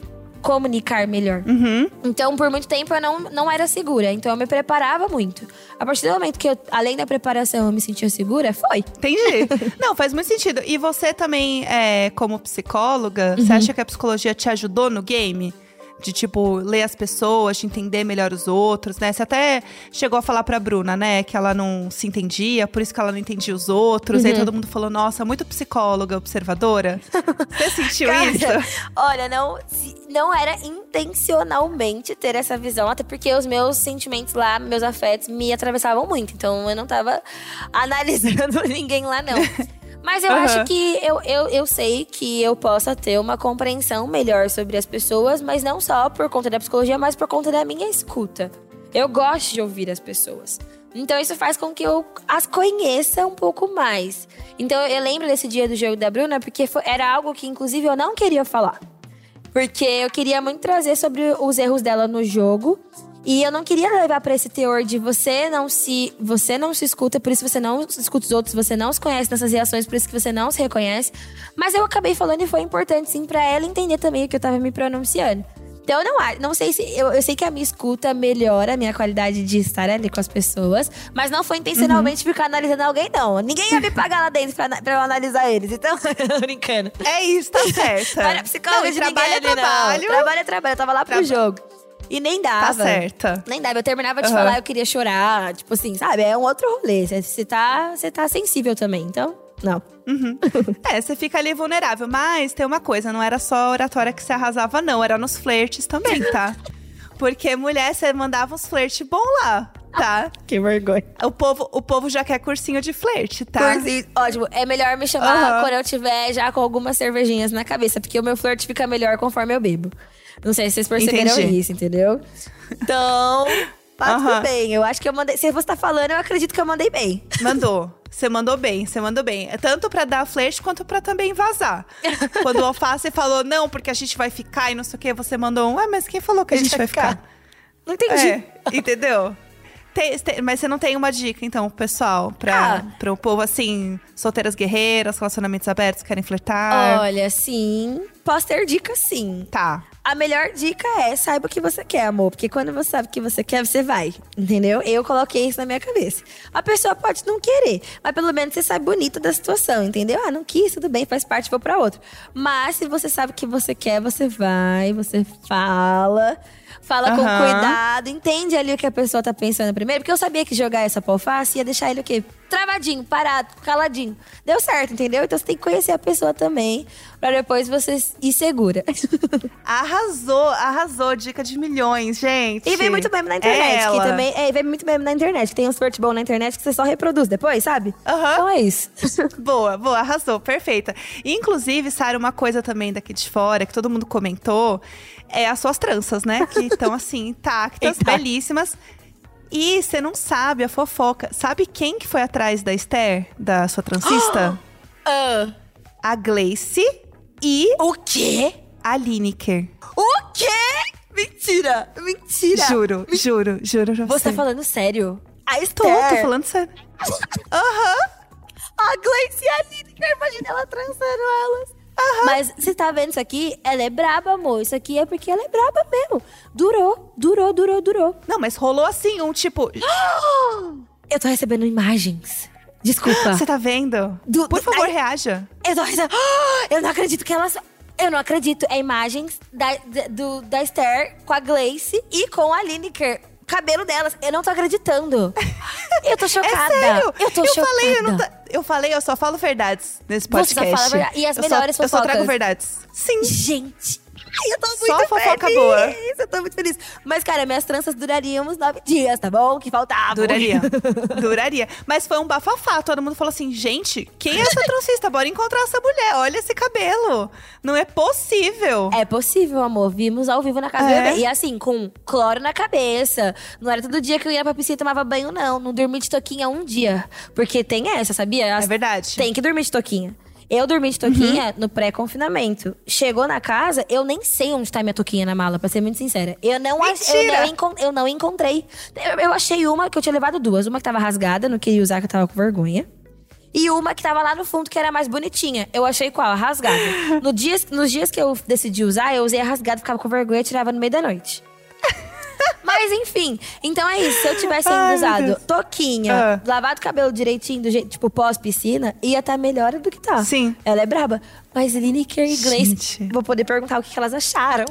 comunicar melhor. Uhum. Então, por muito tempo, eu não, não era segura. Então, eu me preparava muito. A partir do momento que eu, além da preparação, eu me sentia segura, foi. Entendi. Não, faz muito sentido. E você também, é, como psicóloga, Uhum. você acha que a psicologia te ajudou no game? De, tipo, ler as pessoas, de entender melhor os outros, né? Você até chegou a falar pra Bruna, né? Que ela não se entendia, por isso que ela não entendia os outros. Uhum. E aí todo mundo falou, nossa, muito psicóloga, observadora. Você sentiu Cara, isso? Olha, não, se- não era intencionalmente ter essa visão. Até porque os meus sentimentos lá, meus afetos, me atravessavam muito. Então, eu não tava analisando ninguém lá, não. Mas eu Aham. acho que eu, eu, eu sei que eu possa ter uma compreensão melhor sobre as pessoas, mas não só por conta da psicologia, mas por conta da minha escuta. Eu gosto de ouvir as pessoas. Então isso faz com que eu as conheça um pouco mais. Então eu lembro desse dia do jogo da Bruna, porque foi- era algo que inclusive eu não queria falar. Porque eu queria muito trazer sobre os erros dela no jogo. E eu não queria levar pra esse teor de você não se você não se escuta, por isso você não escuta os outros, você não se conhece nessas reações, por isso que você não se reconhece. Mas eu acabei falando e foi importante sim pra ela entender também o que eu tava me pronunciando. Então eu não, a- não sei se. Eu, eu sei que a minha escuta melhora a minha qualidade de estar ali com as pessoas, mas não foi intencionalmente ficar analisando alguém, não. Ninguém ia me pagar lá dentro pra, ana- pra eu analisar eles. Então, tô brincando. É isso, tá certa. Não era psicóloga Não, e de trabalho ninguém é ali, trabalho. não. Trabalho é trabalho. Eu tava lá pro Traba- jogo. E nem dava. Tá certa. Nem dava. Eu terminava de Aham. falar, eu queria chorar. Tipo assim, sabe? É um outro rolê. Você- Você tá, você tá sensível também. Então, não. É, você fica ali vulnerável. Mas tem uma coisa, não era só a oratória que se arrasava, não. Era nos flertes também, tá? Porque mulher, você mandava uns flertes bom lá, tá? Que vergonha. O povo, o povo já quer cursinho de flerte, tá? Cursinho, ótimo. É melhor me chamar Aham. quando eu tiver já com algumas cervejinhas na cabeça. Porque o meu flerte fica melhor conforme eu bebo. Não sei se vocês perceberam Entendi. isso, entendeu? Então, tá Aham. tudo bem. Eu acho que eu mandei… Se você tá falando, eu acredito que eu mandei bem. Mandou. Você mandou bem, você mandou bem. É tanto pra dar flerte quanto pra também vazar. Quando o Alface falou, não, porque a gente vai ficar e não sei o quê, você mandou um, ué, mas quem falou que a gente vai ficar? Não entendi. É, entendeu? Tem- tem- mas você não tem uma dica, então, pessoal, pra, Ah. pra o povo, assim, solteiras guerreiras, relacionamentos abertos, querem flertar? Olha, sim. Posso ter dica, sim. Tá. A melhor dica é, saiba o que você quer, amor. Porque quando você sabe o que você quer, você vai. Entendeu? Eu coloquei isso na minha cabeça. A pessoa pode não querer, mas pelo menos você sai bonita da situação, entendeu? Ah, não quis, tudo bem, faz parte, vou pra outro. Mas se você sabe o que você quer, você vai, você fala… Fala com Aham. cuidado, entende ali o que a pessoa tá pensando primeiro. Porque eu sabia que jogar essa pro alface ia deixar ele o quê? Travadinho, parado, caladinho. Deu certo, entendeu? Então você tem que conhecer a pessoa também, pra depois você ir segura. Arrasou, arrasou. Dica de milhões, gente. E vem muito meme na internet, É que ela. também… É, vem muito meme na internet, que tem uns flirt bom na internet que você só reproduz depois, sabe? Aham. Então é isso. Boa, boa, arrasou, perfeita. Inclusive, Sara, uma coisa também daqui de fora, que todo mundo comentou, é as suas tranças, né? Que estão assim, intactas, Intactas. belíssimas. E você não sabe a fofoca. Sabe quem que foi atrás da Esther, da sua transista? Ah, A Gleice e o quê? a Lineker. O quê? Mentira! Mentira! Juro, juro, juro pra Você você. tá falando sério? A Tô, Esther, tô falando sério. Aham. a Gleice e a Lineker, imagina ela trançando elas. Mas você tá vendo isso aqui? Ela é braba, amor. Isso aqui é porque ela é braba mesmo. Durou, durou, durou, durou. Não, mas rolou assim, um tipo… Eu tô recebendo imagens. Desculpa. Você tá vendo? Do- Por do- favor, ai- reaja. Eu tô recebendo… Eu não acredito que elas… Eu não acredito. É imagens da, da, do- da Esther com a Gleice e com a Lineker. Cabelo delas. Eu não tô acreditando. Eu tô chocada. É sério? Eu tô chocada. falei, eu, não tá- eu falei, eu só falo verdades nesse Você só podcast. fala verdade. E as Eu melhores só, Eu só trago fofocas. verdades. Sim. Gente, ai, eu tô muito Só fofoca feliz. boa. Eu tô muito feliz. Mas, cara, minhas tranças durariam uns nove dias, tá bom? Que faltava. Duraria. Duraria. Mas foi um bafafá. Todo mundo falou assim, gente, quem é essa transista? Bora encontrar essa mulher. Olha esse cabelo. Não é possível. É possível, amor. Vimos ao vivo na casa É. do bebê. E assim, com cloro na cabeça. Não era todo dia que eu ia pra piscina e tomava banho, não. Não dormi de toquinha um dia. Porque tem essa, sabia? As- É verdade. Tem que dormir de toquinha. Eu dormi de toquinha no pré-confinamento. Chegou na casa, eu nem sei onde tá minha toquinha na mala, pra ser muito sincera. Eu não, ach, eu Mentira! não, encon- eu não encontrei. Eu, eu achei uma que eu tinha levado duas. Uma que tava rasgada, não queria usar, que eu tava com vergonha. E uma que tava lá no fundo, que era mais bonitinha. Eu achei qual? A rasgada. No dias, nos dias que eu decidi usar, eu usei a rasgada, ficava com vergonha e tirava no meio da noite. Mas enfim, então é isso. Se eu tivesse ainda Ai, usado toquinha, Ah. lavado o cabelo direitinho, do jeito, tipo pós-piscina, ia estar melhor do que tá. Sim. Ela é braba. Mas Lineker e Gleice, Gente. vou poder perguntar o que que elas acharam.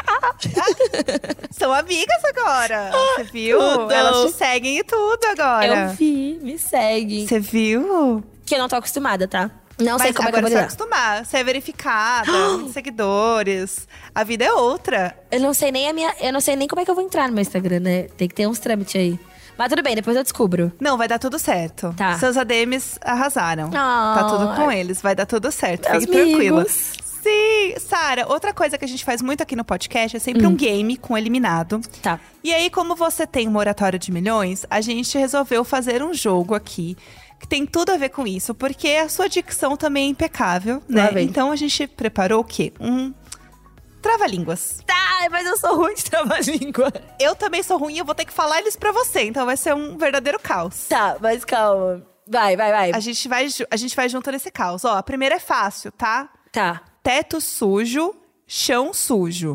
São amigas agora. Você viu? tudo. Elas te seguem e tudo agora. Eu vi, me segue. Você viu? Que eu não tô acostumada, tá? Não sei Mas como é que eu agora vou você vai lidar. acostumar. Você é verificada, muitos seguidores. A vida é outra. Eu não sei nem a minha. Eu não sei nem como é que eu vou entrar no meu Instagram, né? Tem que ter uns trâmites aí. Mas tudo bem, depois eu descubro. Não, vai dar tudo certo. Tá. Seus A D Ms arrasaram. Ah, Tá tudo com eles, vai dar tudo certo. meus Fique tranquila. amigos. Sim, Sara, outra coisa que a gente faz muito aqui no podcast é sempre um game com eliminado. Tá. E aí, como você tem um moratório de milhões, a gente resolveu fazer um jogo aqui que tem tudo a ver com isso, porque a sua dicção também é impecável, Lá né? vem. Então a gente preparou o quê? Um trava-línguas. Tá, mas eu sou ruim de trava-língua. Eu também sou ruim, eu vou ter que falar eles pra você, então vai ser um verdadeiro caos. Tá, mas calma. Vai, vai, vai. A gente vai, ju- a gente vai junto nesse caos. Ó, a primeira é fácil, tá? Tá. Teto sujo, chão sujo.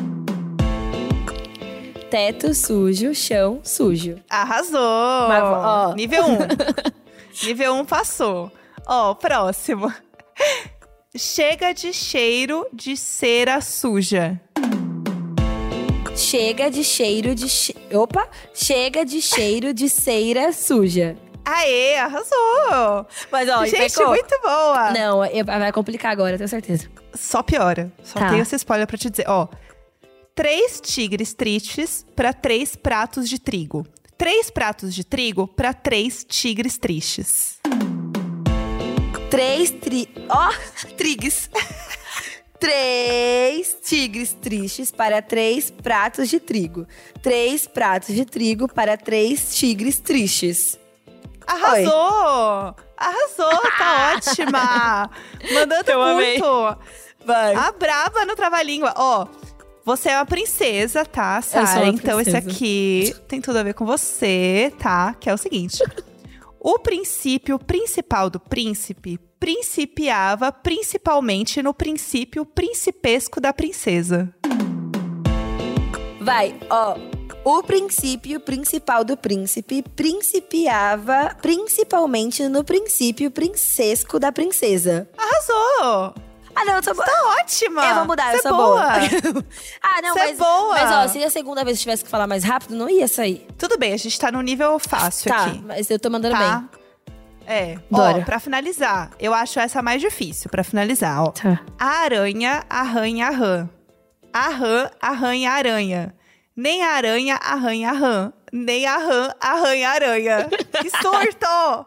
Teto sujo, chão sujo. Arrasou! Mas, ó. Nível um. Nível um passou. Ó, próximo. Chega de cheiro de cera suja. Chega de cheiro de... Che... Opa! Chega de cheiro de cera suja. Aê, arrasou! Mas, ó, Gente, pecou. muito boa! Não, eu- vai complicar agora, tenho certeza. Só piora. Só Tá. tenho esse spoiler pra te dizer. Ó, três tigres tristes pra três pratos de trigo. Três pratos de trigo pra três tigres tristes. Três tri... Ó, trigues. Três tigres tristes para três pratos de trigo. Três pratos de trigo para três tigres tristes. Arrasou! Arrasou, tá ótima! Mandando Eu amei. muito! Vai. A braba no trava-língua. Ó, você é uma princesa, tá, sou Sara? uma Então esse princesa. aqui tem tudo a ver com você, tá? Que é o seguinte. O princípio principal do príncipe principiava principalmente no princípio principesco da princesa. Vai, ó. O princípio principal do príncipe principiava principalmente no princípio princesco da princesa. Arrasou! Ah, não, eu tô boa. Tá ótima! Eu vou mudar, eu Você sou é boa. boa. Ah, não, Você é mas. boa. Mas, ó, se a segunda vez eu tivesse que falar mais rápido, não ia sair. Tudo bem, a gente tá no nível fácil Tá, aqui. mas eu tô mandando Tá? bem. É. Bora. Ó, pra finalizar, eu acho essa mais difícil pra finalizar, ó. Tá. A aranha arranha a rã. A rã arranha a aranha. Nem a aranha arranha a rã. Nem a rã arranha a aranha. Que surto!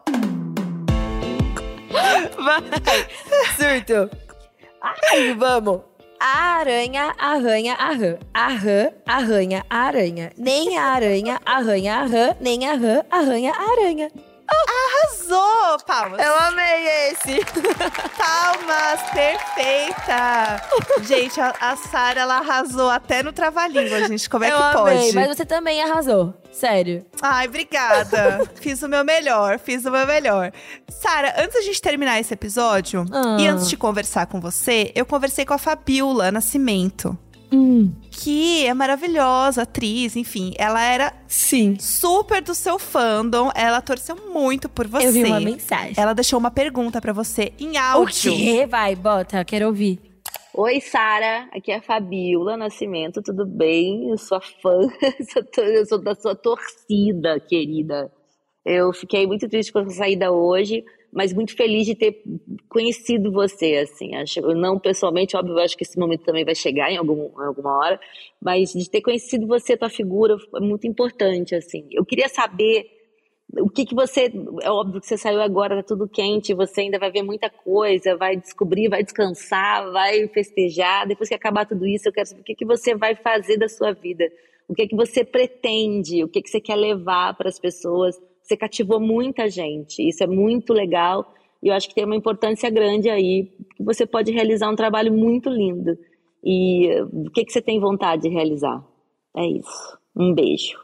Vai! Surto! Ai, vamos! A aranha arranha a rã. A rã arranha a aranha. Nem a aranha arranha a rã. Nem a rã arranha a aranha. Arrasou! Palmas! Eu amei esse! Palmas! Perfeita! Gente, a, a Sara, ela arrasou até no trava-língua, gente. Como é Eu que amei, pode? mas você também arrasou. Sério. Ai, obrigada. Fiz o meu melhor, fiz o meu melhor. Sara, antes da gente terminar esse episódio, Ah. e antes de conversar com você, eu conversei com a Fabiola Nascimento, Hum, que é maravilhosa, atriz, enfim. Ela era sim. super do seu fandom, ela torceu muito por você. Eu vi uma mensagem. Ela deixou uma pergunta pra você em O áudio. quê? Vai, bota, quero ouvir. Oi, Sara, aqui é a Fabiola Nascimento, tudo bem? Eu sou a fã, eu sou- eu sou da sua torcida, querida. Eu fiquei muito triste com a sua saída hoje, mas muito feliz de ter conhecido você, assim. Acho, eu não pessoalmente, óbvio, eu acho que esse momento também vai chegar em, algum, em alguma hora, mas de ter conhecido você, tua figura, é muito importante, assim. Eu queria saber o que que você... É óbvio que você saiu agora, tá tudo quente, você ainda vai ver muita coisa, vai descobrir, vai descansar, vai festejar. Depois que acabar tudo isso, eu quero saber o que que você vai fazer da sua vida. O que que você pretende, o que que você quer levar para as pessoas. Você cativou muita gente, isso é muito legal. E eu acho que tem uma importância grande aí, que você pode realizar um trabalho muito lindo. E o que que você tem vontade de realizar? É isso. Um beijo.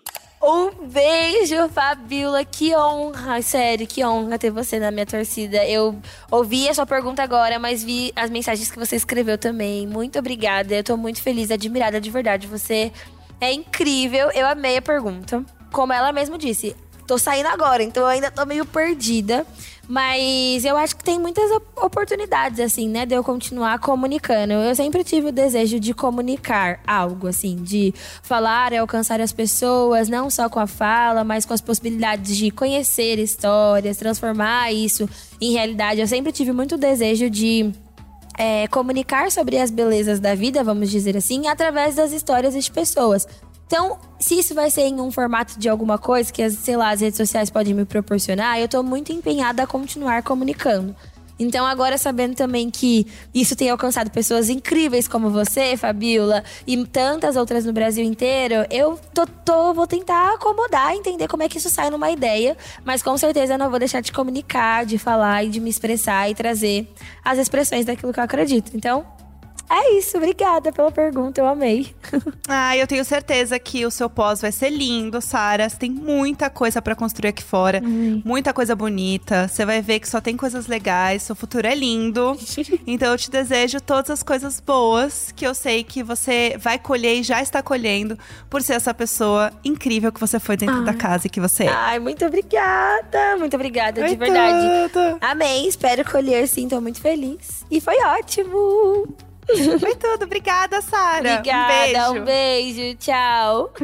Um beijo, Fabiola. Que honra, sério, que honra ter você na minha torcida. Eu ouvi a sua pergunta agora, mas vi as mensagens que você escreveu também. Muito obrigada. Eu tô muito feliz, admirada de verdade. Você é incrível. Eu amei a pergunta. Como ela mesma disse, tô saindo agora, então eu ainda tô meio perdida. Mas eu acho que tem muitas oportunidades, assim, né, de eu continuar comunicando. Eu sempre tive o desejo de comunicar algo, assim, de falar e alcançar as pessoas, não só com a fala, mas com as possibilidades de conhecer histórias, transformar isso em realidade. Eu sempre tive muito desejo de é, comunicar sobre as belezas da vida, vamos dizer assim, através das histórias de pessoas. Então, se isso vai ser em um formato de alguma coisa que, sei lá, as redes sociais podem me proporcionar, eu tô muito empenhada a continuar comunicando. Então, agora sabendo também que isso tem alcançado pessoas incríveis como você, Fabiola, e tantas outras no Brasil inteiro, eu tô, tô, vou tentar acomodar, entender como é que isso sai numa ideia, mas com certeza eu não vou deixar de comunicar, de falar e de me expressar e trazer as expressões daquilo que eu acredito. Então, é isso, obrigada pela pergunta, eu amei. Ah, eu tenho certeza que o seu pós vai ser lindo, Sara. Você tem muita coisa pra construir aqui fora, hum. muita coisa bonita. Você vai ver que só tem coisas legais, seu futuro é lindo. Então eu te desejo todas as coisas boas que eu sei que você vai colher e já está colhendo por ser essa pessoa incrível que você foi dentro Ai. da casa e que você é. Ai, muito obrigada, muito obrigada, Oi, de verdade. Tudo. Amei, espero colher sim, tô muito feliz. E foi ótimo! Foi tudo. Obrigada, Sara. Obrigada, um beijo. um beijo. Tchau.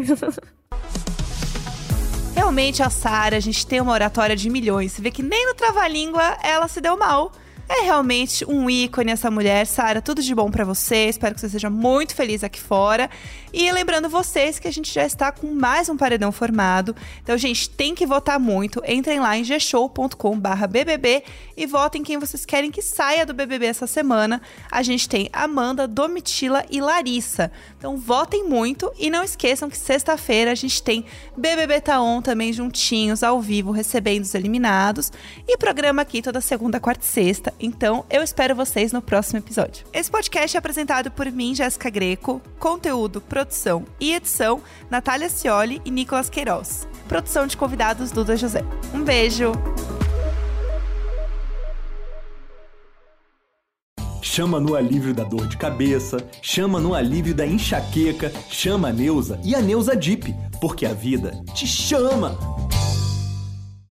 Realmente, a Sara, a gente tem uma oratória de milhões. Você vê que nem no trava-língua ela se deu mal. É realmente um ícone essa mulher. Sara, tudo de bom pra você. Espero que você seja muito feliz aqui fora. E lembrando vocês que a gente já está com mais um paredão formado. Então, gente, tem que votar muito. Entrem lá em g show ponto com barra b b b e votem quem vocês querem que saia do B B B essa semana. A gente tem Amanda, Domitila e Larissa. Então, votem muito e não esqueçam que sexta-feira a gente tem B B B Tá On também juntinhos, ao vivo, recebendo os eliminados. E programa aqui toda segunda, quarta e sexta. Então, eu espero vocês no próximo episódio. Esse podcast é apresentado por mim, Jéssica Greco. Conteúdo, produção e edição, Natália Scioli e Nicolas Queiroz. Produção de convidados, Duda José. Um beijo! Chama no alívio da dor de cabeça, chama no alívio da enxaqueca, chama a Neuza e a Neuza Dip, porque a vida te chama!